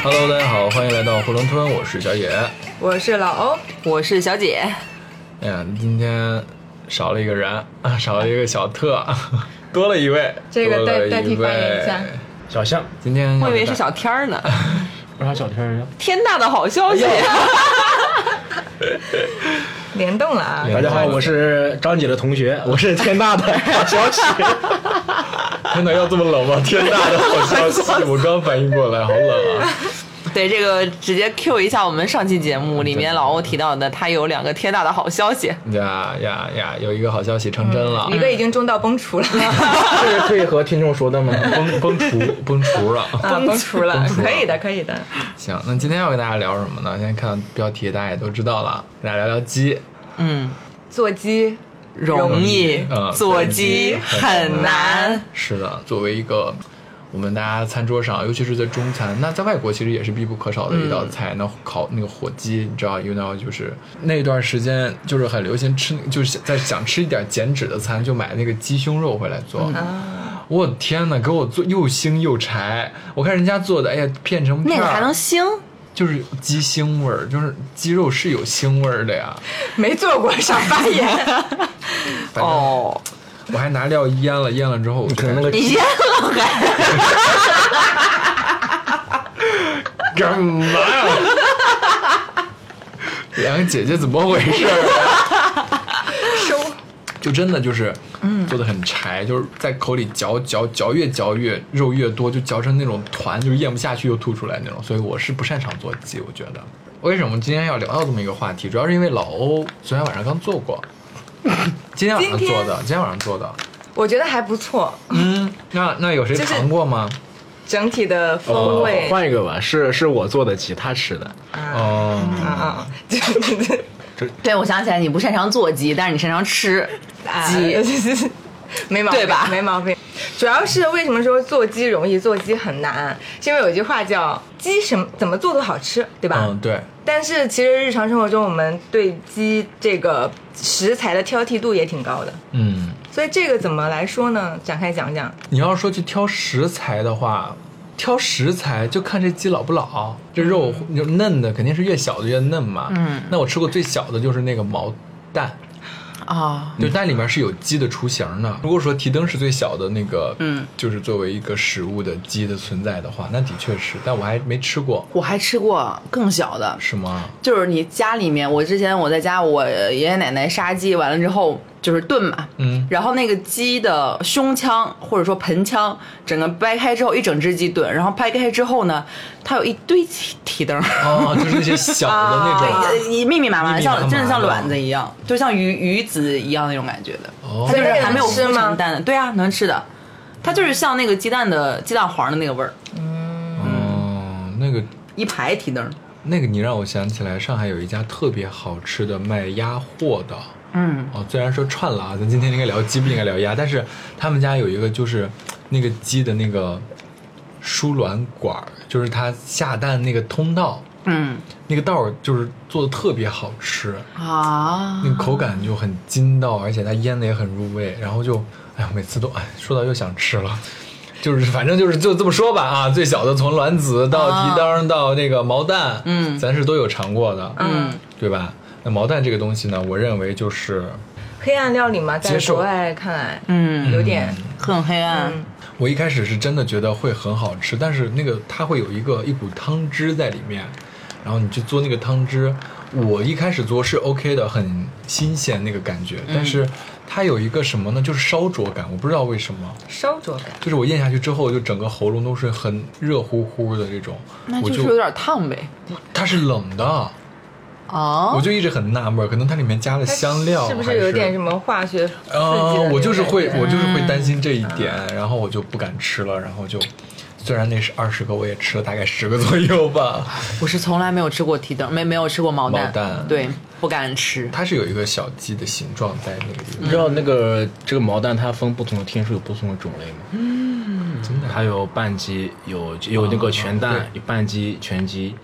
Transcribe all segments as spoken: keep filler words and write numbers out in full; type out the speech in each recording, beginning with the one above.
Hello， 大家好，欢迎来到囫囵吞，我是小野， 我是老欧， 我是小姐。 哎呀，今天少了一个人，少了一个小特，多了一位， 这个代代替发言一下。 小象， 今天我以为是小天儿呢。 为啥小天儿呀？ 天大的好消息！ 联动了啊！ 大家好，我是张姐的同学，我是天大的好消息。 真的要这么冷吗？天大的好消息！我刚反应过来，好冷啊！ 对，这个直接 Q 一下我们上期节目里面老欧提到的，他有两个天大的好消息。 呀呀呀！有一个好消息成真了， 嗯、一个已经中到崩厨了， 这是可以和听众说的吗？ 崩崩厨崩厨了， 啊，崩厨了，可以的，可以的。 行，那今天要跟大家聊什么呢？现在看标题大家也都知道了，跟大家聊聊鸡。 嗯， 做鸡容易， 嗯、 做鸡很难。 是的，作为一个我们大家餐桌上，尤其是在中餐，那在外国其实也是必不可少的一道菜。嗯、那烤那个火鸡，你知道，you know，就是那段时间就是很流行吃，就是在想吃一点减脂的餐，就买那个鸡胸肉回来做。嗯、我天哪，给我做又腥又柴。我看人家做的，哎呀，片成片那个还能腥？ 就是鸡腥味儿，就是鸡肉是有腥味儿的呀。 没做过，少发言。 哦。 我还拿料腌了，腌了之后， 可能那个腌了还干嘛呀？两个姐姐怎么回事啊？ 收， 就真的就是，嗯，做的很柴，就是在口里嚼嚼嚼，越嚼越肉越多，就嚼成那种团，就是咽不下去又吐出来那种。所以我是不擅长做鸡，我觉得。为什么今天要聊到这么一个话题？主要是因为老欧昨天晚上刚做过。今天晚上做的，今天晚上做的， 我觉得还不错。 嗯，那那有谁尝过吗？ 就是、整体的风味， 换、哦、一个吧，是是我做的鸡，他吃的。 哦啊啊！ 对，我想起来，你不擅长做鸡，但是你擅长吃鸡， 啊、没毛病， 对吧？ 没毛病。主要是为什么说做鸡容易，做鸡很难？是因为有一句话叫“鸡什么怎么做都好吃”，对吧？ 嗯，对。 但是其实日常生活中，我们对鸡这个食材的挑剔度也挺高的。 嗯。 所以这个怎么来说呢？展开讲讲。 你要说去挑食材的话，挑食材就看这鸡老不老，这肉就嫩的肯定是越小的越嫩嘛。 嗯。 那我吃过最小的就是那个毛蛋。 啊， 对，但里面是有鸡的雏形的。如果说提灯是最小的那个， 嗯， 就是作为一个食物的鸡的存在的话，那的确是，但我还没吃过。 我还吃过更小的， 是吗？ 就是你家里面，我之前我在家，我爷爷奶奶杀鸡完了之后就是炖嘛， 嗯， 然后那个鸡的胸腔或者说盆腔整个掰开之后，一整只鸡炖，然后掰开之后呢，它有一堆提灯， 哦，就是那些小的那种， 啊、密密麻麻， 密密麻麻像真的像卵子一样，就像鱼鱼子一样那种感觉的。 哦， 它就是还没有孵成蛋的，对啊，能吃的。它就是像那个鸡蛋的鸡蛋黄的那个味儿。 嗯，哦，那个一排提灯。 那个你让我想起来，上海有一家特别好吃的卖鸭货的。 嗯， 哦，虽然说串了啊，咱今天应该聊鸡，不应该聊鸭，但是他们家有一个就是那个鸡的那个输卵管，就是它下蛋那个通道， 嗯， 那个道就是做的特别好吃啊， 那个口感就很筋道，而且它腌的也很入味，然后就哎呀，每次都哎说到又想吃了。就是反正就是就这么说吧啊，最小的从卵子到提灯到那个毛蛋， 嗯， 咱是都有尝过的， 嗯， 对吧？那毛蛋这个东西呢，我认为就是黑暗料理嘛，在国外看来， 嗯， 有点很黑暗。 嗯、 我一开始是真的觉得会很好吃，但是那个它会有一个一股汤汁在里面，然后你去做那个汤汁，我一开始做是 OK 的，很新鲜那个感觉，但是它有一个什么呢？就是烧灼感，我不知道为什么。 烧灼感就是我咽下去之后，就整个喉咙都是很热乎乎的这种， 那就是有点烫呗。 它是冷的。 哦， 我就一直很纳闷，可能它里面加了香料， 是不是有点什么化学刺激的？ 呃，我就是会，我就是会担心这一点，嗯、然后我就不敢吃了，然后就，虽然那是二十个，我也吃了大概十个左右吧。 我是从来没有吃过提灯，没没有吃过毛蛋， 毛蛋对，不敢吃。 它是有一个小鸡的形状在那个地方。 你知道那个这个毛蛋它分不同的天数有不同的种类吗？ 嗯， 真的， 它有半鸡，有有那个全蛋，有半鸡、全鸡。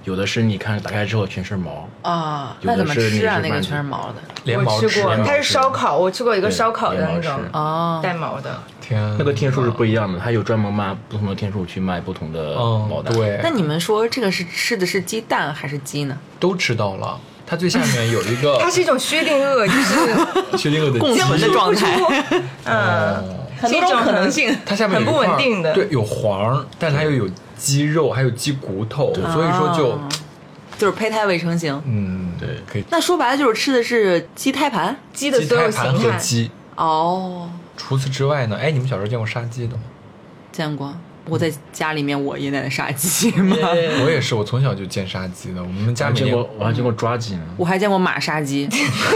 有的是你看打开之后全是毛。 啊， 有的那怎么吃啊？那个是那个是全是毛的。 连毛我吃过， 连毛它是烧烤，我吃过一个对烧烤的连毛那种吃哦带毛的。 天啊， 那个天数是不一样的，它有专门卖不同的天数去卖不同的毛嗯， 蛋。， 对， 那你们说这个是吃的是鸡蛋还是鸡呢？ 都吃到了。它最下面有一个它是一种薛定谔，就是薛定谔的鸡共存的状态， 嗯， 哦很多种可能性。 它下面有一很不块稳定的对，有黄，但它又有鸡肉，还有鸡骨头，所以说就啊就是胚胎未成型。 嗯， 对可以。 那说白了就是吃的是鸡胎盘。 鸡的鸡所有形胎盘和态。 鸡。 哦， 除此之外呢？哎，你们小时候见过杀鸡的吗？ 见过。我在家里面，我爷爷奶奶杀鸡嘛， 我也是，我从小就见杀鸡的。我们我家每年还见过，我还见过抓鸡呢。 我还见过马杀鸡。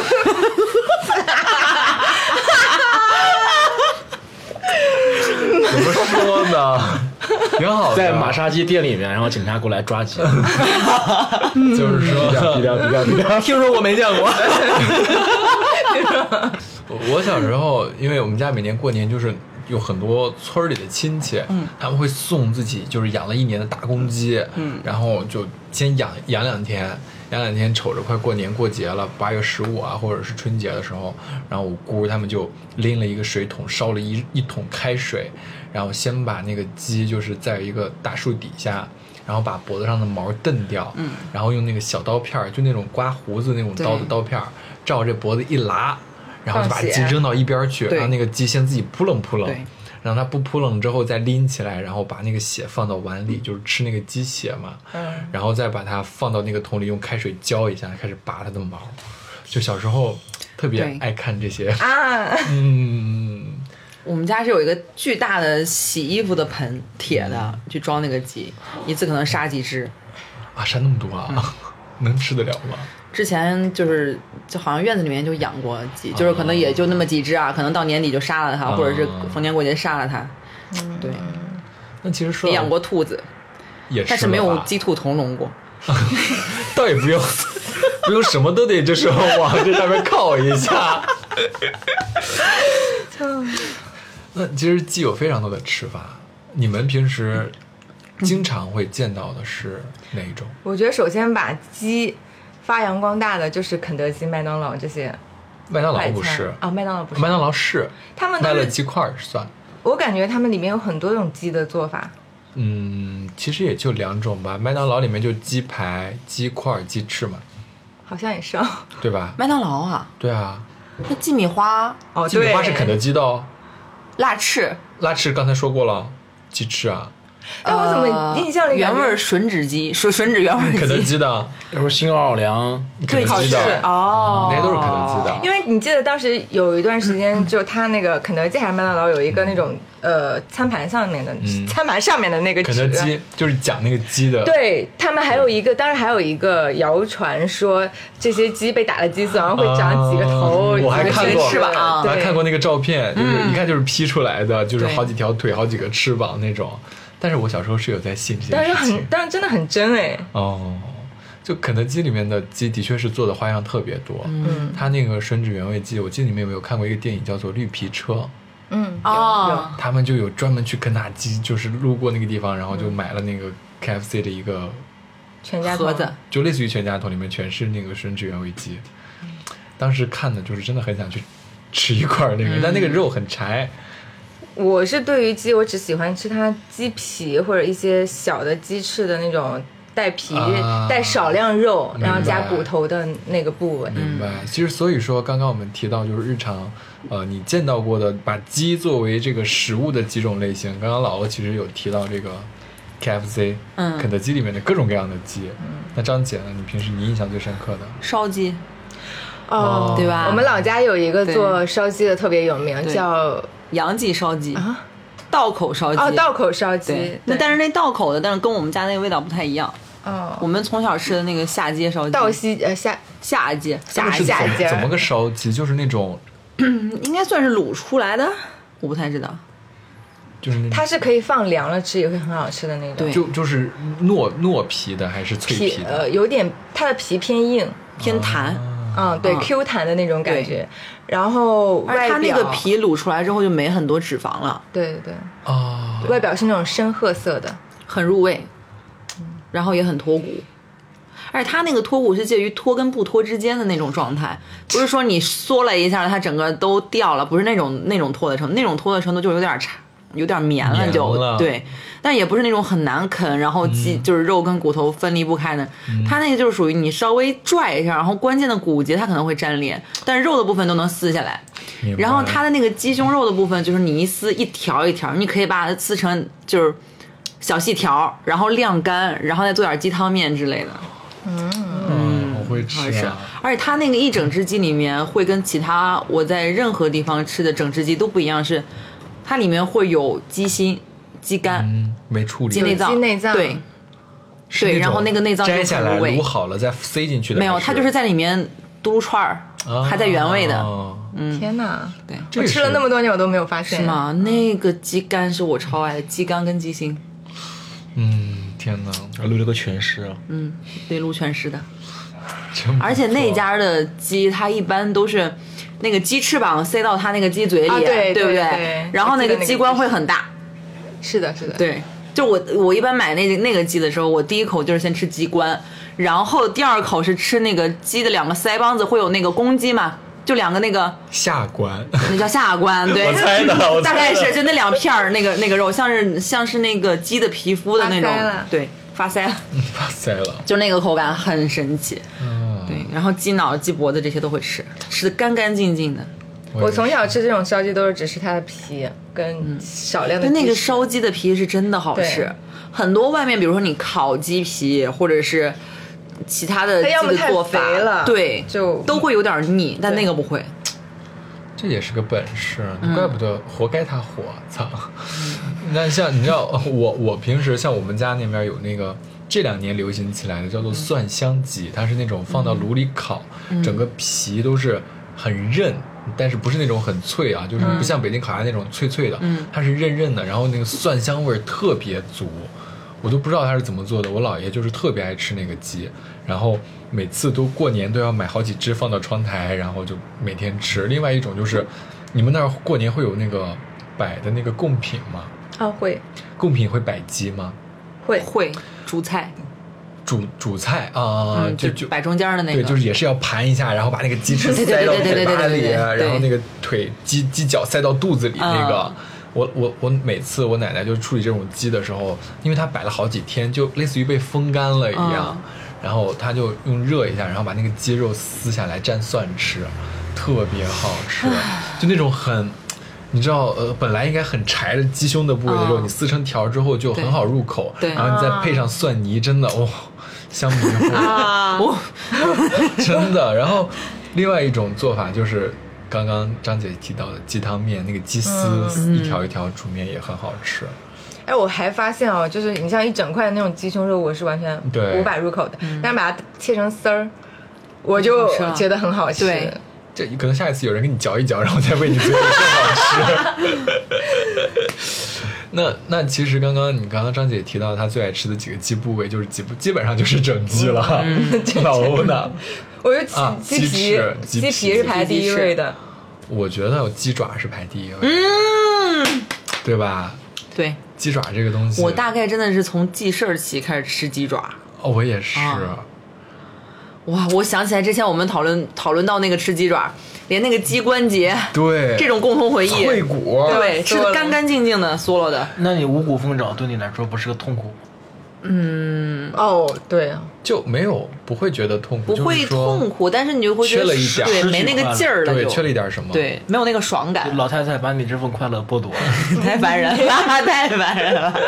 怎么说呢？挺好的， 在马杀鸡店里面，然后警察过来抓鸡， 就是说， 低调低调低调。 听说过没见过？ 我小时候，因为我们家每年过年就是有很多村里的亲戚，嗯，他们会送自己就是养了一年的大公鸡，嗯，然后就先养养两天，养两天，瞅着快过年过节了，八月十五啊，或者是春节的时候，然后我姑他们就拎了一个水桶，烧了一一桶开水，然后先把那个鸡就是在一个大树底下。然后把脖子上的毛蹬掉，嗯，然后用那个小刀片儿，就那种刮胡子那种刀的刀片儿，照这脖子一拉，然后就把鸡扔到一边去， 对让那个鸡先自己扑棱扑棱， 对， 让它不扑棱之后再拎起来，然后把那个血放到碗里，就是吃那个鸡血嘛， 嗯， 然后再把它放到那个桶里，用开水浇一下，开始拔它的毛。就小时候特别对爱看这些， 啊， 嗯， 我们家是有一个巨大的洗衣服的盆，铁的，去装那个鸡，一次可能杀几只。 啊，杀那么多啊，能吃得了吗？ 之前就是就好像院子里面就养过鸡，就是可能也就那么几只啊，可能到年底就杀了它， 哦或者是逢年过节杀了它。对， 那其实说也养过兔子， 也是， 但是没有鸡兔同笼过。 倒也不用，不用什么都得这时候往这上面靠一下。那其实鸡有非常多的吃法，你们平时经常会见到的是哪一种？ 我觉得首先把鸡发扬光大的就是肯德基、麦当劳这些麦当劳快餐不是啊，麦当劳不是， 麦当劳是他们都是卖了鸡块儿算。 我感觉他们里面有很多种鸡的做法。 嗯，其实也就两种吧。麦当劳里面就鸡排、鸡块、鸡翅嘛， 好像也是哦。 对吧？ 麦当劳啊， 对啊， 那鸡米花、 哦， 鸡米对， 花是肯德基的哦， 辣翅， 辣翅刚才说过了，鸡翅啊， 但我怎么印象里感觉原味吮指鸡，吮吮指原味鸡， 肯德基的， 要说新奥尔良， 肯德基好吃的， 哦， 那些都是肯德基的。 因为你记得当时有一段时间，就他那个肯德基还是麦当劳有一个那种呃餐盘上面的、 嗯餐盘上面的那个肯德纸基就是讲那个鸡的， 对他们还有一个，当然还有一个谣传说这些鸡被打了激素，然后会长几个头， 啊我还几个看过翅膀， 我还对看过那个照片，就是一看就是 P 出来的，就是对好几条腿、好几个翅膀那种。但是我小时候是有在信这但是很件事情， 但是真的很真哎。 哦。就肯德基里面的鸡的确是做的花样特别多， 嗯它那个吮指原味鸡，我记得你们有没有看过一个电影叫做《绿皮车》？ 嗯，有哦有他们就有专门去肯塔基，就是路过那个地方，然后就买了那个 K F C 的一个， 全家桶盒子， 就类似于全家桶里面全是那个吮指原味鸡。当时看的就是真的很想去吃一块那个，但那个肉很柴。 我是对于鸡，我只喜欢吃它鸡皮或者一些小的鸡翅的那种带皮、 啊带少量肉， 明白然后加骨头的那个部位。 明白。其实所以说，刚刚我们提到就是日常，呃，你见到过的把鸡作为这个食物的几种类型。刚刚老欧其实有提到这个 K F C， 嗯肯德基里面的各种各样的鸡。那张姐呢？你平时你印象最深刻的？ 烧鸡， 哦， 对吧我们老家有一个做烧鸡的特别有名， 对叫杨记烧鸡， 啊道口烧鸡。 哦道口烧鸡对。，那对但是那道口的，但是跟我们家那个味道不太一样。 哦我们从小吃的那个下街烧鸡， 道西呃下下街下是怎下街么怎么个烧鸡？就是那种， 应该算是卤出来的，我不太知道。 就是那种它是可以放凉了吃，也会很好吃的那种。 对就就是糯糯皮的还是脆皮皮的？ 呃有点它的皮偏硬， 偏弹， 嗯对嗯 Q 弹的那种感觉，然后而外表它那个皮卤出来之后就没很多脂肪了， 对对对， 啊， 外表是那种深褐色的。 很入味，然后也很脱骨。 而且它那个脱骨是介于脱跟不脱之间的那种状态，不是说你缩了一下它整个都掉了，不是那种那种脱的程度，那种脱的程度就有点差。有点绵了就绵了对，但也不是那种很难啃，然后鸡、嗯、就是肉跟骨头分离不开的、嗯。它那个就是属于你稍微拽一下，然后关键的骨节它可能会粘连，但是肉的部分都能撕下来。然后它的那个鸡胸肉的部分，就是你一撕一条一条，你可以把它撕成就是小细条，然后晾干，然后再做点鸡汤面之类的。 嗯嗯，我会吃、啊。 而且它那个一整只鸡里面会跟其他我在任何地方吃的整只鸡都不一样，是。它里面会有鸡心、鸡肝、 嗯、没处理鸡内脏， 鸡内脏对，对，然后那个内脏摘下来卤好了再塞进去的， 没有，它就是在里面嘟串儿、啊，还在原味的。 嗯，天哪， 对， 我吃了那么多年我都没有发现， 是吗？那个鸡肝是我超爱的，鸡肝跟鸡心。 嗯，天哪， 还录了个全尸。 嗯，对，录全尸的。而且那家的鸡，它一般都是。那个鸡翅膀塞到它那个鸡嘴里， 啊、对, 对不对？ 对然后那个鸡冠会很大。 是的，是的。 对，就我我一般买那个那个鸡的时候，我第一口就是先吃鸡冠，然后第二口是吃那个鸡的两个腮帮子，会有那个公鸡嘛，就两个那个下关， 那叫下关，对， 我猜的，我猜的大概是就那两片儿那个那个肉，像是像是那个鸡的皮肤的那种，对，发腮了， 发腮了， 就那个口感很神奇。 嗯。 对，然后鸡脑、鸡脖子这些都会吃，吃的干干净净的。 我从小吃这种烧鸡都是只吃它的皮跟少量的鸡、 嗯。那个烧鸡的皮是真的好吃，很多外面比如说你烤鸡皮或者是其他的鸡的做法， 了对， 就都会有点腻，但那个不会。 这也是个本事，怪不得活该他火，操！那像你知道，我我平时像我们家那边有那个。这两年流行起来的叫做蒜香鸡，它是那种放到炉里烤、嗯、整个皮都是很韧，但是不是那种很脆啊，就是不像北京烤鸭那种脆脆的、嗯、它是韧韧的，然后那个蒜香味特别足，我都不知道它是怎么做的。我姥爷就是特别爱吃那个鸡，然后每次都过年都要买好几只放到窗台，然后就每天吃。另外一种就是你们那儿过年会有那个摆的那个贡品吗？ 啊，会。贡品会摆鸡吗？ 会会。主菜， 主主菜啊、呃嗯， 就就摆中间的那个，对，就是也是要盘一下，然后把那个鸡翅塞到嘴巴里，然后那个腿鸡鸡脚塞到肚子里那个。嗯、我我我每次我奶奶就处理这种鸡的时候，因为她摆了好几天，就类似于被风干了一样，嗯、然后她就用热一下，然后把那个鸡肉撕下来蘸蒜吃，特别好吃，就那种很。你知道，呃，本来应该很柴的鸡胸的部位的肉，哦、你撕成条之后就很好入口，然后你再配上蒜泥，真的哦，香迷糊， 啊、 真的。然后，另外一种做法就是刚刚张姐提到的鸡汤面，那个鸡丝、嗯、一条一条煮面也很好吃。 哎，我还发现哦，就是你像一整块的那种鸡胸肉，我是完全无法入口的，但是把它切成丝儿，我就觉得很好吃。 对。 这可能下一次有人给你嚼一嚼，然后再喂你嘴里更好吃。那那其实刚刚你刚刚张姐提到她最爱吃的几个鸡部位，就是基基本上就是整鸡了。嗯、老欧呢？ 我觉得鸡鸡皮鸡皮是排第一位的。 我觉得鸡爪是排第一位。 嗯， 对吧？ 对， 鸡爪这个东西， 我大概真的是从记事儿起开始吃鸡爪。 哦，我也是。啊哇！我想起来之前我们讨论讨论到那个吃鸡爪，连那个鸡关节， 对这种共同回忆， 脆骨， 对，吃的干干净净的，嗦了的。 那你五谷丰长对你来说不是个痛苦？ 嗯， 哦，对啊， 就没有不会觉得痛苦， 不会痛苦，但是你就会觉得缺了一点， 对，没那个劲儿了， 对，缺了一点什么， 对，没有那个爽感。 老太太把你这份快乐剥夺了， 太烦人了，太烦人了。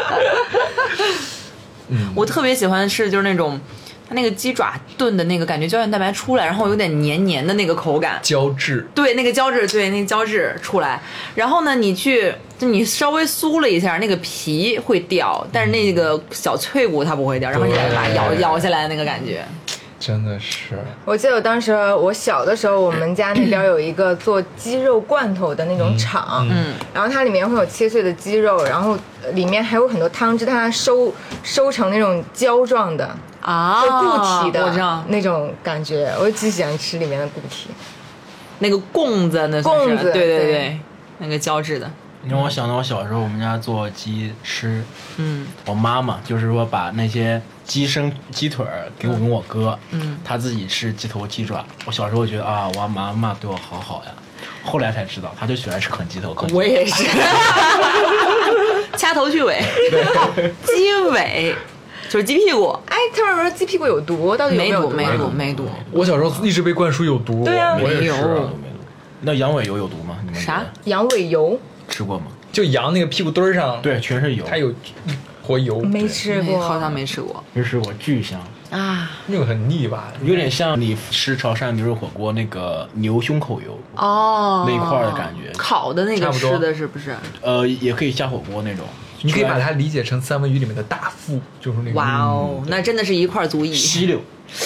嗯， 我特别喜欢吃就是那种。它那个鸡爪炖的那个感觉胶原蛋白出来，然后有点黏黏的那个口感， 胶质， 对，那个胶质，对，那个胶质出来。然后呢，你去就你稍微酥了一下，那个皮会掉，但是那个小脆骨它不会掉，然后你再把它咬咬下来那个感觉。 真的是， 我记得我当时我小的时候，我们家那边有一个做鸡肉罐头的那种厂， 嗯， 然后它里面会有切碎的鸡肉，然后里面还有很多汤汁，它收收成那种胶状的啊， 就固体的， 我知道那种感觉，我极喜欢吃里面的固体， 那个贡子那贡子， 对对对对，那个胶质的。 让我想到我小时候我们家做鸡吃，嗯，我妈妈就是说把那些鸡生鸡腿给我跟我哥，嗯，他自己吃鸡头鸡爪。我小时候觉得啊，我妈妈对我好好呀，后来才知道，他就喜欢吃啃鸡头。啃鸡头我也是，掐头去尾，鸡尾。就是鸡屁股， 哎，他们说鸡屁股有毒，到底有没有毒？ 没毒，没毒。 我小时候一直被灌输有毒。 对啊， 没有。 那羊尾油有毒吗？你们啥？ 羊尾油吃过吗？ 就羊那个屁股墩儿上， 对，全是油， 它有活油。 没吃过， 好像没吃过。 没吃过，巨香啊！ 那个很腻吧？ 有点像你吃潮汕牛肉火锅那个牛胸口油哦， 那一块的感觉， 烤的那个吃的是不是？ 呃，也可以下火锅那种。 你可以把它理解成三文鱼里面的大腹，就是那个。 哇哦，嗯、那真的是一块足矣。 吸溜。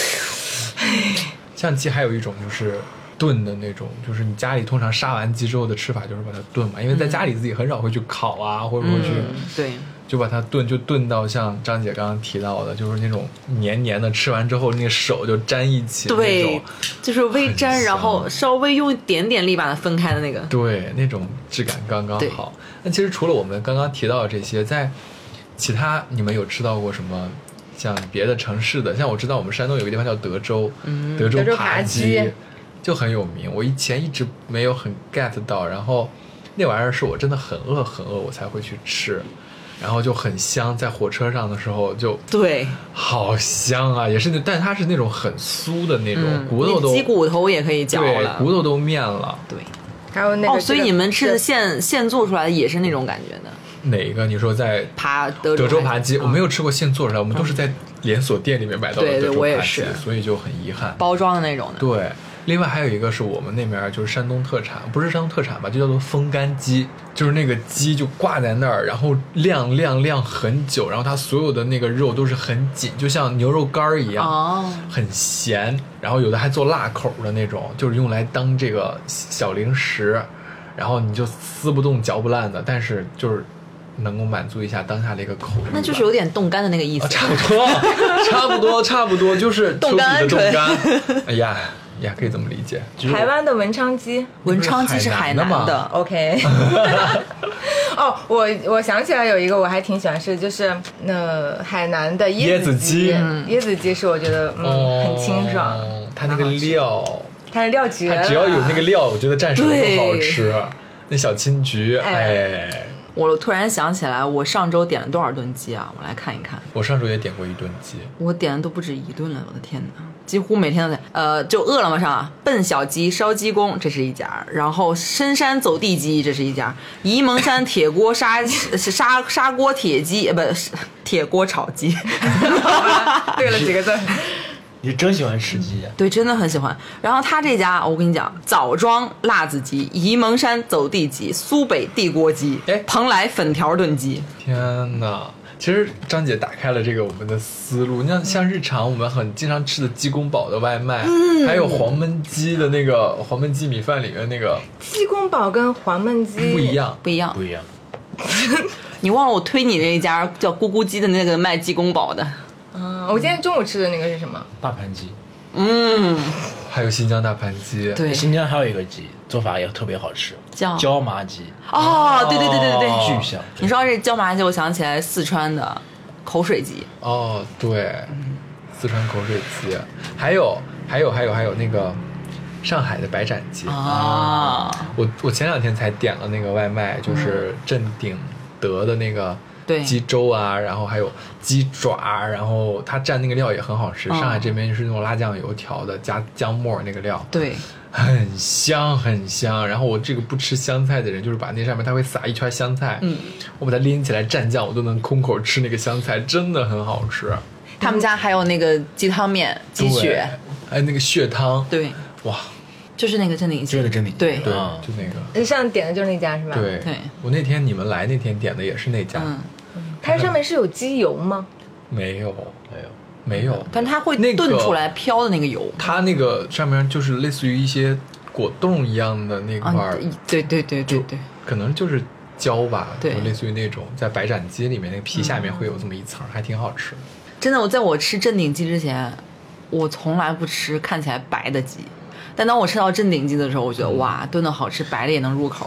像鸡还有一种就是炖的那种，就是你家里通常杀完鸡之后的吃法就是把它炖嘛，因为在家里自己很少会去烤啊，嗯、或者会去、 嗯、对， 就把它炖，就炖到像张姐刚刚提到的，就是那种黏黏的，吃完之后那个手就粘一起， 对，就是微粘，然后稍微用一点点力把它分开的那个， 对，那种质感刚刚好。那其实除了我们刚刚提到的这些，在其他你们有吃到过什么像别的城市的？像我知道我们山东有个地方叫德州， 嗯， 德州扒鸡就很有名。我以前一直没有很 get 到，然后那玩意儿是我真的很饿很饿我才会去吃，然后就很香，在火车上的时候就对， 好香啊！也是，但它是那种很酥的那种，嗯、骨头都鸡骨头也可以嚼了， 骨头都面了， 对。 还有那个、 哦，所以你们吃的现现做出来的也是那种感觉的。 哪一个？你说在扒德州扒鸡，我没有吃过现做出来，我们都是在连锁店里面买到的德州扒鸡，所以就很遗憾。 包装的那种的。 对，另外还有一个是我们那边就是山东特产，不是山东特产吧，就叫做风干鸡，就是那个鸡就挂在那儿，然后晾晾晾很久，然后它所有的那个肉都是很紧，就像牛肉干一样， 哦， 很咸，然后有的还做辣口的那种，就是用来当这个小零食，然后你就撕不动嚼不烂的，但是就是能够满足一下当下的一个口欲， 那就是有点冻干的那个意思、 啊、差不多差不多差不多就是冻干冻干哎呀呀，可以这么理解。 台湾的文昌鸡， 文昌鸡是海南的。 OK 哦，我我想起来有一个我还挺喜欢吃的，就是那海南的椰子鸡。 嗯、 椰子鸡是我觉得嗯、哦、很清爽， 它那个料， 它的料绝了， 它只要有那个料，我觉得蘸什么都好吃。那小青桔，哎。哎我突然想起来，我上周点了多少顿鸡啊？我来看一看。 我上周也点过一顿鸡， 我点的都不止一顿了，我的天哪！几乎每天都在。呃，就饿了么上啊，笨小鸡烧鸡公这是一家，然后深山走地鸡这是一家，沂蒙山铁锅砂砂砂锅铁鸡呃不铁锅炒鸡， 对了几个字。 你真喜欢吃鸡呀、啊？ 对，真的很喜欢。然后他这家，我跟你讲，枣庄辣子鸡、沂蒙山走地鸡、苏北地锅鸡、哎，蓬莱粉条炖鸡。 天哪！其实张姐打开了这个我们的思路。你像像日常我们很经常吃的鸡公煲的外卖，嗯、还有黄焖鸡的那个黄焖鸡米饭里面那个鸡公煲跟黄焖鸡不一样， 不一样， 不一样。 你忘了我推你那一家叫咕咕鸡的那个卖鸡公煲的？ 嗯，我今天中午吃的那个是什么？ 大盘鸡。 嗯， 还有新疆大盘鸡。 对， 新疆还有一个鸡做法也特别好吃， 叫椒麻鸡。 哦，对对对对对， 巨香。 你说到这椒麻鸡，我想起来四川的口水鸡。 哦，对，四川口水鸡，还有还有还有还有那个上海的白斩鸡啊。 我我前两天才点了那个外卖，就是镇鼎德的那个。 对， 鸡粥啊，然后还有鸡爪，然后它蘸那个料也很好吃。哦、上海这边就是那种辣酱油调的，加姜末那个料， 对， 很香很香。然后我这个不吃香菜的人，就是把那上面它会撒一圈香菜， 嗯， 我把它拎起来蘸酱，我都能空口吃那个香菜，真的很好吃。 他们家还有那个鸡汤面、鸡血， 还有那个血汤， 对， 哇。 就是那个镇鼎鸡， 就是镇鼎， 对对，就那个。 你上点的就是那家是吧？ 对对， 我那天你们来那天点的也是那家。 嗯， 它上面是有鸡油吗？ 没有， 没有， 没有。 但它会炖出来飘的那个油。 它那个上面就是类似于一些果冻一样的那块儿、 嗯，对对对对对， 可能就是胶吧， 对， 类似于那种在白斩鸡里面那个皮下面会有这么一层，嗯、还挺好吃。 真的，我在我吃镇鼎鸡之前，我从来不吃看起来白的鸡。但当我吃到镇鼎鸡的时候，我觉得哇，炖的好吃，白的也能入口。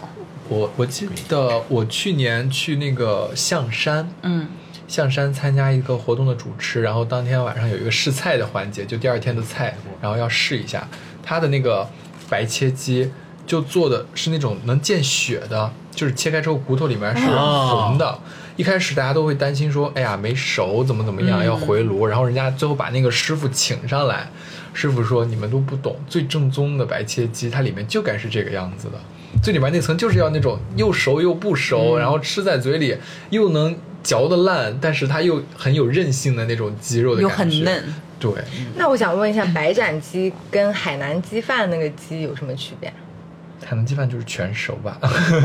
我我记得我去年去那个象山， 嗯， 象山参加一个活动的主持，然后当天晚上有一个试菜的环节，就第二天的菜，然后要试一下它的那个白切鸡，就做的是那种能见血的，就是切开之后骨头里面是红的。哦，一开始大家都会担心说，哎呀没熟怎么怎么样，要回炉，嗯，然后人家最后把那个师傅请上来，师傅说你们都不懂，最正宗的白切鸡它里面就该是这个样子的，最里面那层就是要那种又熟又不熟，嗯，然后吃在嘴里又能嚼得烂，但是它又很有韧性的那种鸡肉的感觉，又很嫩。 对， 那我想问一下，白斩鸡跟海南鸡饭那个鸡有什么区别？ 海南鸡饭就是全熟吧？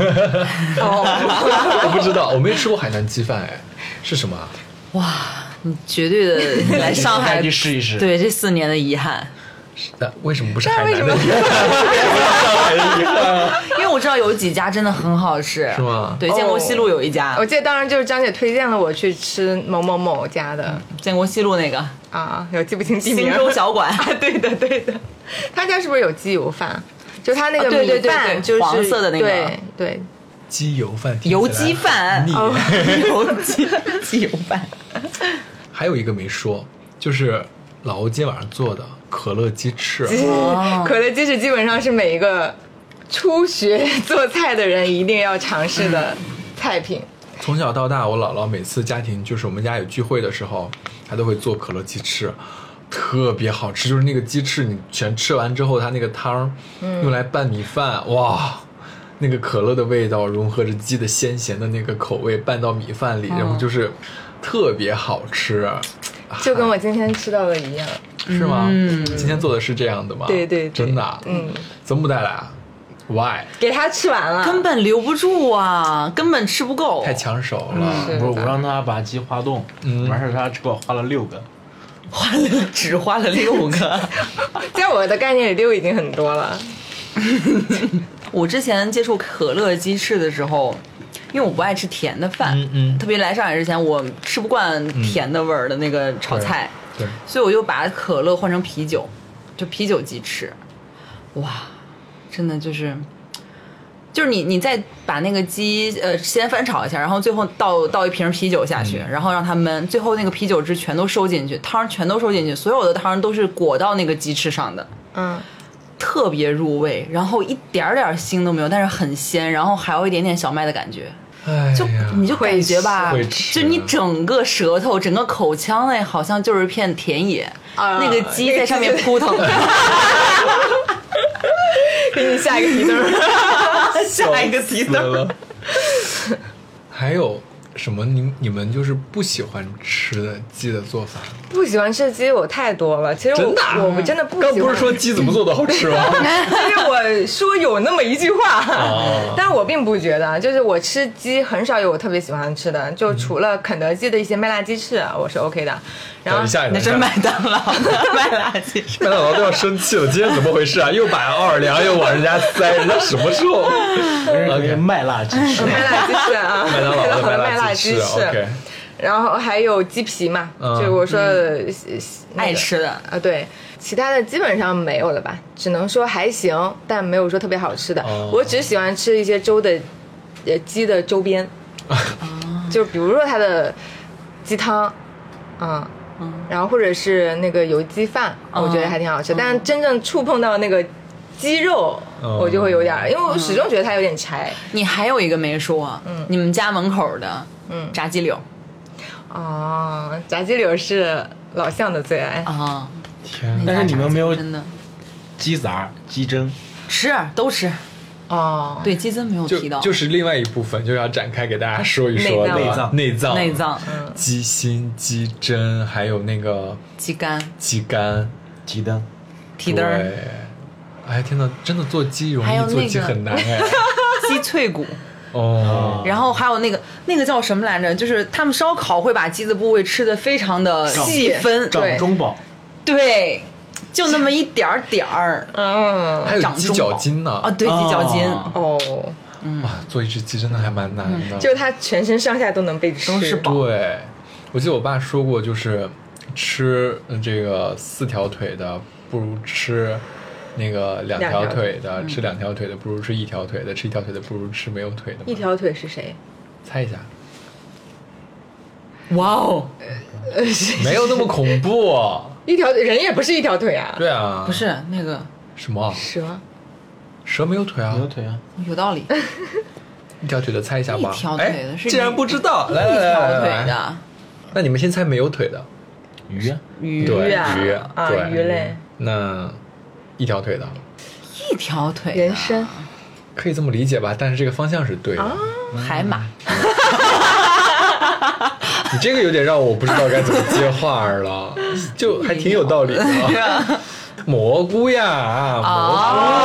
我不知道，我没吃过海南鸡饭，哎，是什么？ 哇，你绝对的来上海去试一试。 对，这四年的遗憾。 那为什么不是海南的遗憾？上海的遗憾啊！ 因为我知道有几家真的很好吃， 是吗？ 对，建国西路有一家， 我记得当时就是张姐推荐了我去吃某某某家的， 嗯，建国西路那个啊，有记不清地名。 新洲小馆啊，对的对的，他家是不是有鸡油饭？就他那个米饭就是黄色的那个， 对对， 鸡油饭， 油鸡饭， 哦， 油鸡鸡油饭。 还有一个没说，就是老欧今天晚上做的可乐鸡翅。 哦，可乐鸡翅基本上是每一个初学做菜的人一定要尝试的菜品。 从小到大，我姥姥每次家庭就是我们家有聚会的时候，她都会做可乐鸡翅。特别好吃，就是那个鸡翅你全吃完之后，它那个汤用来拌米饭，嗯，哇，那个可乐的味道融合着鸡的鲜咸的那个口味拌到米饭里，嗯，然后就是特别好吃， 就跟我今天吃到的一样。 是吗？嗯，今天做的是这样的吗？ 对对对， 真的， 嗯， 怎么不带来啊 ？Why？ 给他吃完了， 根本留不住啊，根本吃不够， 太抢手了。 嗯， 不是，我让他把鸡化冻，嗯，完事他给我画了六个。 花了只花了六个， 在我的概念里，六已经很多了。 我之前接触可乐鸡翅的时候，因为我不爱吃甜的饭， 嗯嗯， 特别来上海之前，我吃不惯甜的味儿的那个炒菜， 嗯，对，对， 所以我就把可乐换成啤酒，就啤酒鸡翅，哇，真的就是。就是你，你再把那个鸡呃先翻炒一下，然后最后倒倒一瓶啤酒下去，嗯，然后让它焖，最后那个啤酒汁全都收进去，汤全都收进去，所有的汤都是裹到那个鸡翅上的， 嗯， 特别入味，然后一点点腥都没有，但是很鲜，然后还有一点点小麦的感觉， 哎， 就你就感觉吧，就你整个舌头、整个口腔内好像就是片田野，啊，那个鸡在上面扑腾。 给你下一个提灯， 下一个提灯。 还有什么你你们就是不喜欢吃的鸡的做法？ 不喜欢吃的鸡有太多了，其实我真的、啊、 我真的不喜欢。 刚不是说鸡怎么做的好吃吗？ 其实我说有那么一句话， 哦、 但是我并不觉得，就是我吃鸡很少有我特别喜欢吃的，就除了肯德基的一些麦辣鸡翅，我是 OK 的。然后那是麦当劳的麦辣鸡翅， 麦当劳都要生气了，今天怎么回事啊？又把奥尔良又往人家塞，人家什么时候？ 人麦辣鸡翅， 麦辣鸡翅啊， 麦当劳的麦辣鸡翅。OK。 然后还有鸡皮嘛，嗯、就我说的、嗯那个、 爱吃的啊，对，其他的基本上没有了吧，只能说还行，但没有说特别好吃的。哦、我只喜欢吃一些粥的，呃，鸡的周边，就比如说它的鸡汤，嗯。嗯，然后或者是那个油鸡饭，我觉得还挺好吃。嗯、但是真正触碰到那个鸡肉，嗯、我就会有点，因为我始终觉得它有点柴。 你还有一个没说，嗯，你们家门口的，嗯，炸鸡柳。 哦，炸鸡柳是老向的最爱啊！ 天，但是你们没有真的鸡杂、鸡胗， 吃都吃。 哦， 对，鸡胗没有提到， 就, 就是另外一部分，就要展开给大家说一说内脏、 内脏、 内脏、 嗯、 鸡心、鸡胗，还有那个鸡肝、 鸡肝、 鸡灯、 蹄灯。 对，哎，天哪，真的做鸡容易，做鸡很难哎。 鸡脆骨。 哦， 然后还有那个那个叫什么来着？就是他们烧烤会把鸡的部位吃得非常的细分， 掌中宝， 对，就那么一点儿点儿， 嗯， 还有鸡脚筋呢， 啊，对，鸡脚筋， 哦， 哇，做一只鸡真的还蛮难的， 嗯、就是它全身上下都能被吃， 都是宝。 对，我记得我爸说过，就是吃这个四条腿的不如吃那个两条腿的吃两条腿的不如吃一条腿的，吃一条腿的不如吃没有腿的。 一条腿是谁？ 猜一下。 哇哦， 没有那么恐怖。 一条人也不是一条腿啊。 对啊， 不是那个什么蛇？ 蛇没有腿啊？ 没有腿啊？ 有道理。 一条腿的猜一下吧。 一条腿的是哎，既然不知道，来来来一条来腿来， 的那你们先猜没有腿的。 鱼啊， 鱼对鱼啊鱼啊对鱼类。 那一条腿的一条腿的人参可以这么理解吧？但是这个方向是对的。 啊， 海马。 你这个有点让我不知道该怎么接话了，就还挺有道理的。蘑菇呀，蘑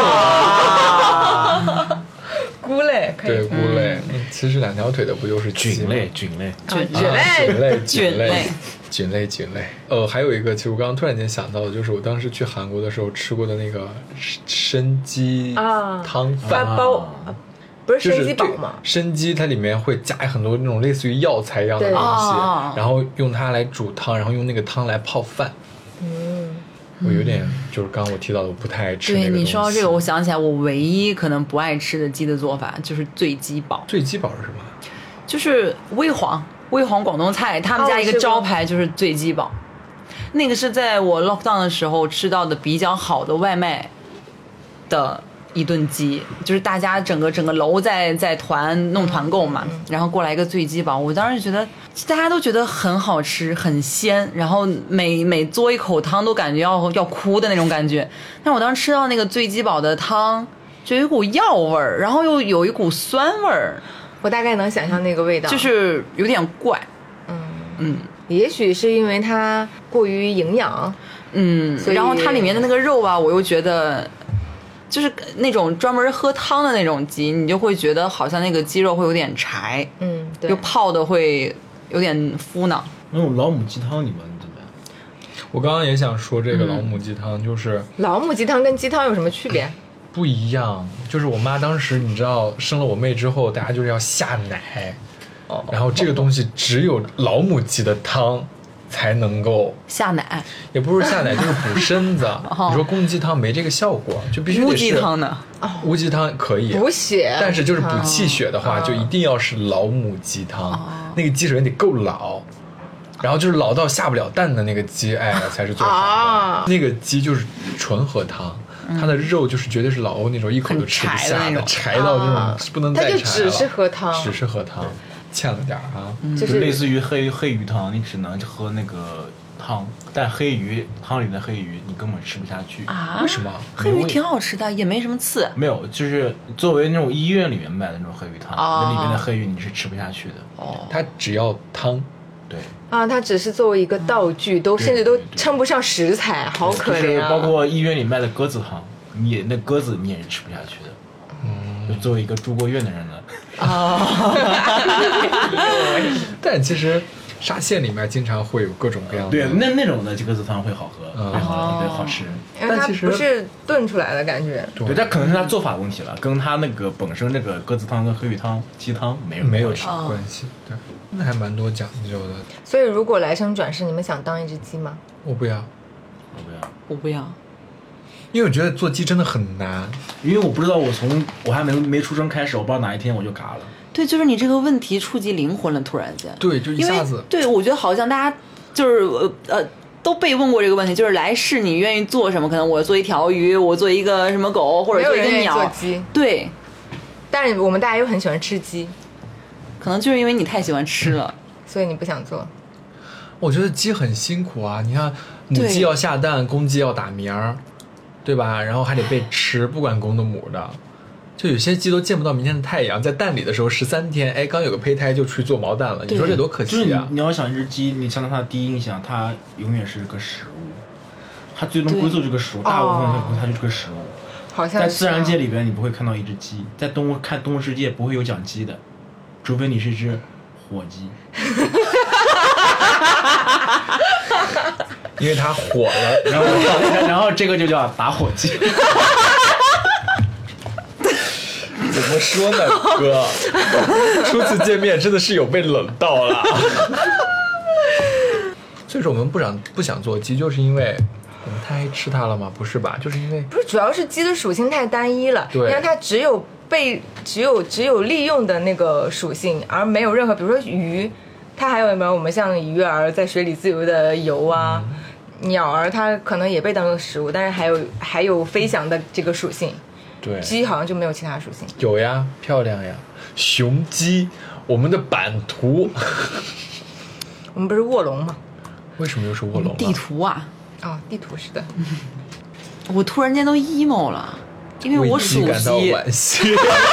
啊， 菇类可菇， 以对，菇类。其实两条腿的不就是鸡吗菌类，菌类。 菌啊类菌类， 菌类类，菌类，菌类。呃，还有一个，其实我刚刚突然间想到的，就是我当时去韩国的时候吃过的那个参鸡啊汤发饭。 包，不是就是参鸡煲吗？ 参鸡它里面会加很多那种类似于药材一样的对东西哦， 然后用它来煮汤，然后用那个汤来泡饭。 嗯， 我有点就是刚刚我提到的，我不太爱吃那对个东西。 你说到这个，我想起来，我唯一可能不爱吃的鸡的做法就是醉鸡煲， 醉鸡煲是什么？ 就是微黄微黄广东菜，他们家一个哦是吗招牌就是醉鸡煲，那个是在我 lockdown 的时候吃到的比较好的外卖的一顿鸡，就是大家整个整个楼在在团弄团购嘛，然后过来一个醉鸡煲，我当时觉得大家都觉得很好吃很鲜，然后每每嘬一口汤都感觉要要哭的那种感觉，但我当时吃到那个醉鸡煲的汤，就有一股药味儿，然后又有一股酸味儿， 我大概能想象那个味道， 就是有点怪。 嗯嗯也许是因为它过于营养， 嗯， 所以然后它里面的那个肉吧，我又觉得就是那种专门喝汤的那种鸡，你就会觉得好像那个鸡肉会有点柴， 嗯，对就，泡的会有点敷囊。 那种老母鸡汤你们怎么样？ 我刚刚也想说这个嗯老母鸡汤，就是老母鸡汤跟鸡汤有什么区别？ 不一样。就是我妈当时你知道生了我妹之后，大家就是要下奶， 哦然后这个东西只有老母鸡的汤才能够， 下奶， 也不是下奶，就是补身子。 哦你说公鸡汤没这个效果，就必须乌得是鸡汤呢？ 乌鸡汤可以补血， 但是就是补气血的话， 哦就一定要是老母鸡汤，那个鸡首先得够老，然后就是老到下不了蛋的那个鸡，哎，才是最好的。 啊那个鸡就是纯喝汤，它的肉就是绝对是老欧那种一口就吃不很柴的下那种柴到那啊种不能它就再柴了， 只是喝汤只是喝汤，欠了点儿啊。 就就是类似于黑黑鱼汤，你只能喝那个汤，但黑鱼汤里的黑鱼你根本吃不下去。 啊？ 为什么？ 黑鱼挺好吃的，也没什么刺。 没有，就是作为那种医院里面卖的那种黑鱼汤， 哦那里面的黑鱼你是吃不下去的。 哦， 它只要汤， 对， 啊，它只是作为一个道具，都甚至都称不上食材，好可就是怜啊！ 包括医院里卖的鸽子汤，你也那鸽子你也是吃不下去的。嗯，就作为一个住过院的人呢， 但其实沙县里面经常会有各种各样的。 对，那那种的鸽子汤会好喝， 嗯会好，会好吃。 因为它但其实不是炖出来的感觉， 对，但可能是它做法问题了，跟它那个本身这个鸽子汤跟黑鱼汤、鸡汤没有没有关系什么关系。对，那还蛮多讲究的。 所以如果来生转世，你们想当一只鸡吗？ 我不要， 我不要， 我不要。 因为我觉得做鸡真的很难。 因为我不知道我从我还没没出生开始，我不知道哪一天我就嘎了。 对，就是你这个问题触及灵魂了，突然间。 对，就一因为下子。 对，我觉得好像大家就是呃呃都被问过这个问题，就是来世你愿意做什么？可能我做一条鱼，我做一个什么狗，或者做一个没有人愿意做鸟。 鸡， 对， 但是我们大家又很喜欢吃鸡， 可能就是因为你太喜欢吃了。 所以你不想做。 我觉得鸡很辛苦啊，你看母对鸡要下蛋，公鸡要打鸣儿，对吧？然后还得被吃，不管公的母的。就有些鸡都见不到明天的太阳，在蛋里的时候十三天，哎，刚有个胚胎就出去做毛蛋了，你说这多可就是你惜啊！ 你要想一只鸡，你想到它的第一印象，它永远是个食物，它最终归宿这个食物，大部分它就是个食物。 好像是在自然界啊里边，你不会看到一只鸡，在动物看动物世界不会有讲鸡的，除非你是一只火鸡。 因为它火了， 然后然后这个就叫打火鸡。 怎么说呢，哥？初次见面真的是有被冷到了。所以说我们不想不想做鸡，就是因为我们太爱吃它了吗？不是吧？就是因为不是，主要是鸡的属性太单一了， 对， 因为它只有被只有只有利用的那个属性，而没有任何，比如说鱼，它还有没有我们像鱼儿在水里自由的游啊，嗯、鸟儿它可能也被当做食物，但是还有还有飞翔的这个属性。 对， 鸡好像就没有其他属性。 有呀，漂亮呀，雄鸡，我们的版图。 我们不是卧龙吗？ 为什么又是卧龙？ 地图啊。 哦，地图是的。 我突然间都 emo 了，因为我属鸡。 感到惋惜。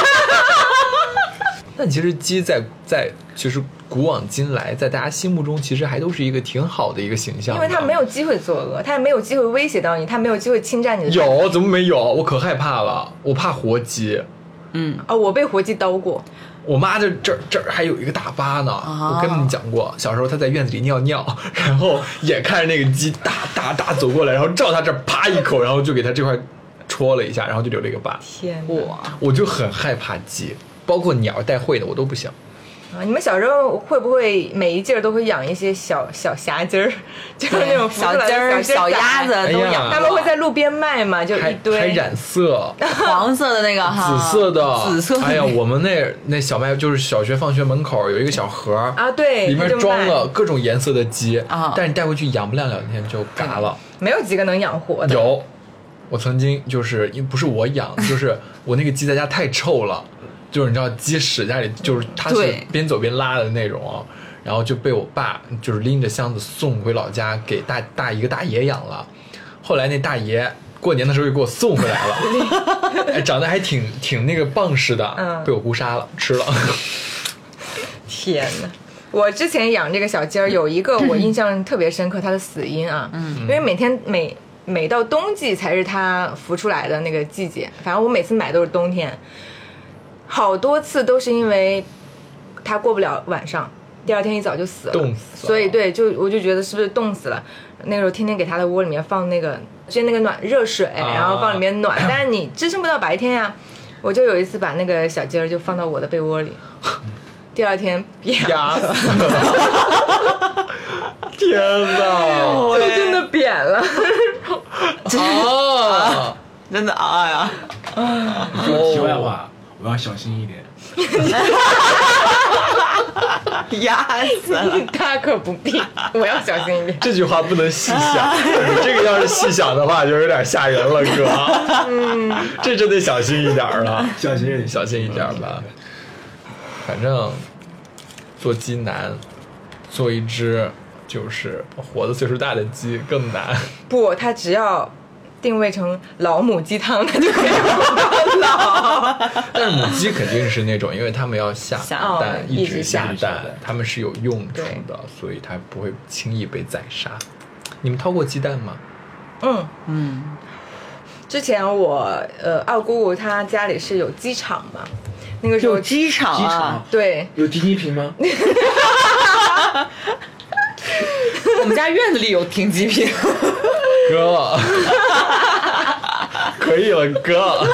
但其实鸡在在其实古往今来，在大家心目中其实还都是一个挺好的一个形象， 因为它没有机会作恶，它也没有机会威胁到你，它没有机会侵占你的。 有怎么没有？我可害怕了，我怕活鸡。 嗯， 哦，我被活鸡叨过。 我妈这这这儿还有一个大疤呢，哦、我跟你们讲过，小时候她在院子里尿尿，然后眼看着那个鸡哒哒哒走过来，然后照她这儿啪一口，然后就给她这块戳了一下，然后就留了一个疤。 天哇！ 我就很害怕鸡，包括鸟带喙的我都不行。 啊，你们小时候会不会每一季都会养一些小小虾鸡儿，就是那种小鸡儿、小鸭子都养？ 他们会在路边卖嘛，就一堆， 还染色， 黄色的那个哈， 紫色的， 紫色。 哎呀，我们那那小卖就是小学放学门口有一个小盒啊，对， 里面装了各种颜色的鸡啊， 但是你带回去养不了两天就嘎了， 没有几个能养活的。 有，我曾经就是因为不是我养，就是我那个鸡在家太臭了。就是你知道鸡屎家里就是它是边走边拉的那种，然后就被我爸就是拎着箱子送回老家给大大一个大爷养了。后来那大爷过年的时候又给我送回来了，哎，长得还挺挺那个棒似的， 嗯、 被我姑杀了吃了。 天哪！我之前养这个小鸡儿有一个我印象特别深刻，它的死因啊，嗯，因为每天每每到冬季才是它孵出来的那个季节，反正我每次买都是冬天。好多次都是因为它过不了晚上，第二天一早就死了， 冻死了。 所以对，就我就觉得是不是冻死了。那个时候天天给它的窝里面放那个就那个暖热水，啊、然后放里面暖，但是你支撑不到白天呀。我就有一次把那个小鸡儿就放到我的被窝里，第二天压死了。天哪！ 就真的扁了。 啊， 真的啊呀！ 说题外话。我要小心一点， 压死了！ 大可不必，我要小心一点。 这句话不能细想，你这个要是细想的话，就有点吓人了，哥。嗯，这真得小心一点了， 小心一点， 小心一点吧。反正做鸡难，做一只就是活的岁数大的鸡更难。 不，它只要定位成老母鸡汤，它就可以活到老。 但是母鸡肯定是那种，因为它们要下蛋， 哦、 一直下蛋，它们是有用处的，所以它不会轻易被宰杀。你们掏过鸡蛋吗？ 嗯嗯。 之前我呃二姑姑她家里是有鸡场嘛，那个时候有鸡场啊， 对， 有停机坪吗？ 我们家院子里有停机坪。 哥，可以了，哥。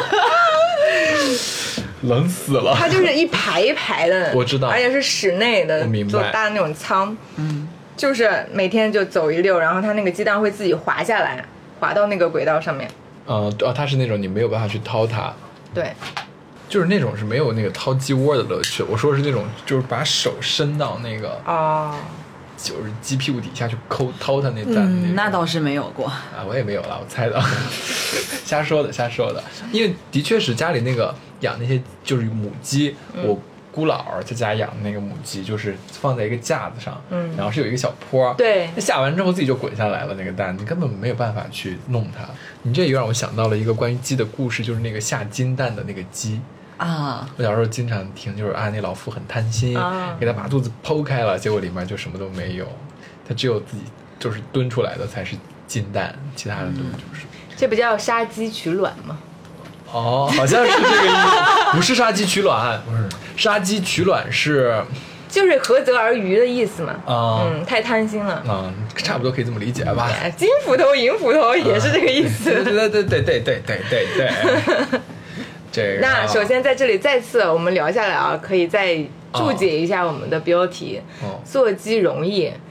冷死了。 它就是一排一排的， 我知道， 而且是室内的，做大的那种仓。嗯，就是每天就走一溜，然后它那个鸡蛋会自己滑下来，滑到那个轨道上面。 嗯，哦，它是那种你没有办法去掏它。 对。 就是那种是没有那个掏鸡窝的乐趣。我说的是那种，就是把手伸到那个哦， 就是鸡屁股底下去抠掏它那蛋、 嗯。 那那倒是没有过啊，我也没有了，我猜的，瞎说的，瞎说的。因为的确是家里那个养那些就是母鸡，嗯、我姑姥儿在家养的那个母鸡，就是放在一个架子上，嗯，然后是有一个小坡， 对， 那下完之后自己就滚下来了，那个蛋你根本没有办法去弄它。你这也让我想到了一个关于鸡的故事，就是那个下金蛋的那个鸡。 啊， 我小时候经常听，就是啊，那老妇很贪心，啊、给他把肚子剖开了，结果里面就什么都没有，他只有自己就是炖出来的才是金蛋，其他的都就是。 嗯、这不叫杀鸡取卵吗？ 哦，好像是这个意思，不是杀鸡取卵，不是杀鸡取卵是， 就是合则而渔的意思嘛。 啊、 嗯，太贪心了。 嗯，差不多可以这么理解吧。 金斧头、银斧头也是这个意思。 对对对对对对对对对。这个、 那首先在这里再次我们聊下来啊，可以再注解一下我们的标题。哦、做鸡容易，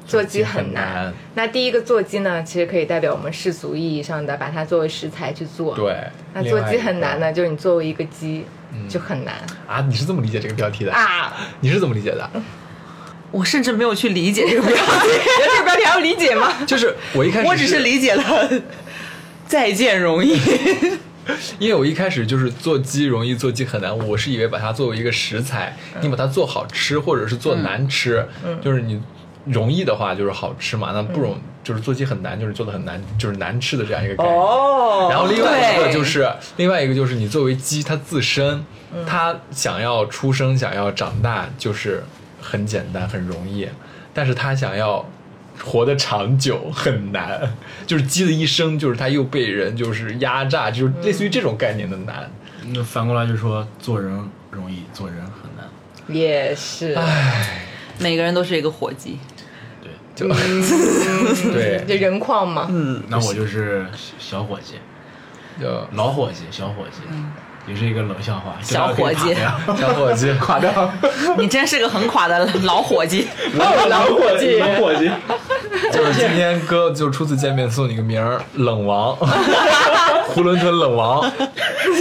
做鸡很难。那第一个做鸡呢，其实可以代表我们世俗意义上的把它作为食材去做。 对。 那做鸡很难呢，就是你作为一个鸡、嗯、就很难啊！你是这么理解这个标题的啊？ 你是怎么理解的？ 我甚至没有去理解这个标题，这个标题还要理解吗？ 就是我一开始我只是理解了再见容易。 因为我一开始就是做鸡容易做鸡很难，我是以为把它作为一个食材、嗯、你把它做好吃或者是做难吃、嗯、就是你容易的话就是好吃嘛，那不容、嗯、就是做鸡很难就是做的很难就是难吃的这样一个概念、 哦、 然后另外一个就是另外一个就是你作为鸡它自身、嗯、它想要出生想要长大就是很简单很容易，但是它想要活得长久很难，就是鸡的一生就是它又被人就是压榨，就是类似于这种概念的难。 那、嗯、反过来就说做人容易做人很难， 也是。 唉， 每个人都是一个伙计， 对， 就、嗯、对， 这人矿嘛。 嗯，那我就是小伙计，老伙计，小伙计。嗯，也是一个冷笑话， 小伙计， 小伙计， 垮掉。 你真是个很垮的老伙计， 老伙计， 老伙计。 就是今天哥就初次见面送你个名儿，冷王，囫囵吞冷王。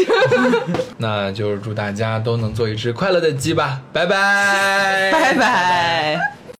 那就是祝大家都能做一只快乐的鸡吧，拜拜， 拜拜。